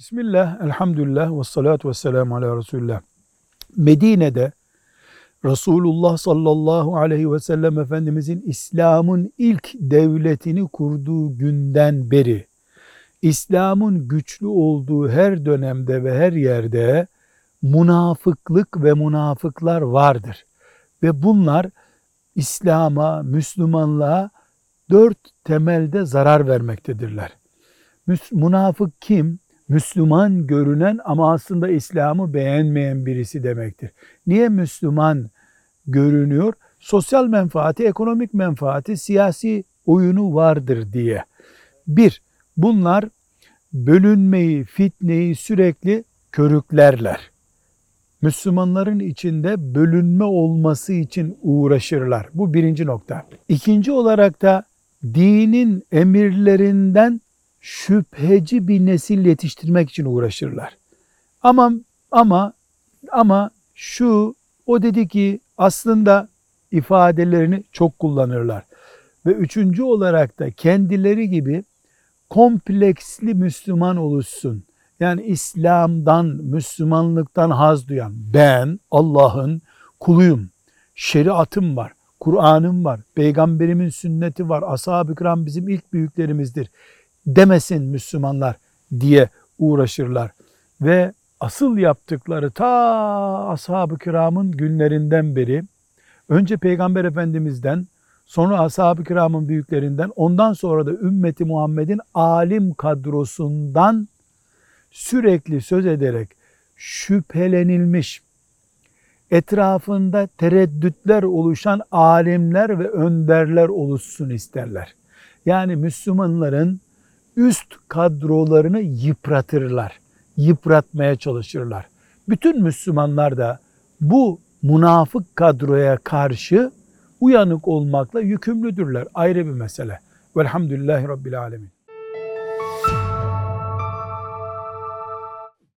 Bismillah, elhamdülillah, ve salatu ve selamu ala Resulullah. Medine'de Resulullah sallallahu aleyhi ve sellem Efendimizin İslam'ın ilk devletini kurduğu günden beri, İslam'ın güçlü olduğu her dönemde ve her yerde münafıklık ve münafıklar vardır. Ve bunlar İslam'a, Müslümanlığa dört temelde zarar vermektedirler. Münafık kim? Müslüman görünen ama aslında İslam'ı beğenmeyen birisi demektir. Niye Müslüman görünüyor? Sosyal menfaati, ekonomik menfaati, siyasi oyunu vardır diye. Bunlar bölünmeyi, fitneyi sürekli körüklerler. Müslümanların içinde bölünme olması için uğraşırlar. Bu birinci nokta. İkinci olarak da dinin emirlerinden şüpheci bir nesil yetiştirmek için uğraşırlar. Ama o dedi ki aslında ifadelerini çok kullanırlar. Ve üçüncü olarak da kendileri gibi kompleksli Müslüman oluşsun. Yani İslam'dan, Müslümanlıktan haz duyan, ben Allah'ın kuluyum, şeriatım var, Kur'an'ım var, peygamberimin sünneti var, ashab-ı kiram bizim ilk büyüklerimizdir demesin Müslümanlar diye uğraşırlar. Ve asıl yaptıkları ta ashab-ı kiramın günlerinden beri, önce Peygamber Efendimiz'den, sonra ashab-ı kiramın büyüklerinden, ondan sonra da ümmeti Muhammed'in alim kadrosundan sürekli söz ederek şüphelenilmiş, etrafında tereddütler oluşan alimler ve önderler oluşsun isterler. Yani Müslümanların üst kadrolarını yıpratırlar, yıpratmaya çalışırlar. Bütün Müslümanlar da bu münafık kadroya karşı uyanık olmakla yükümlüdürler. Ayrı bir mesele. Velhamdülillahi Rabbil Alemin.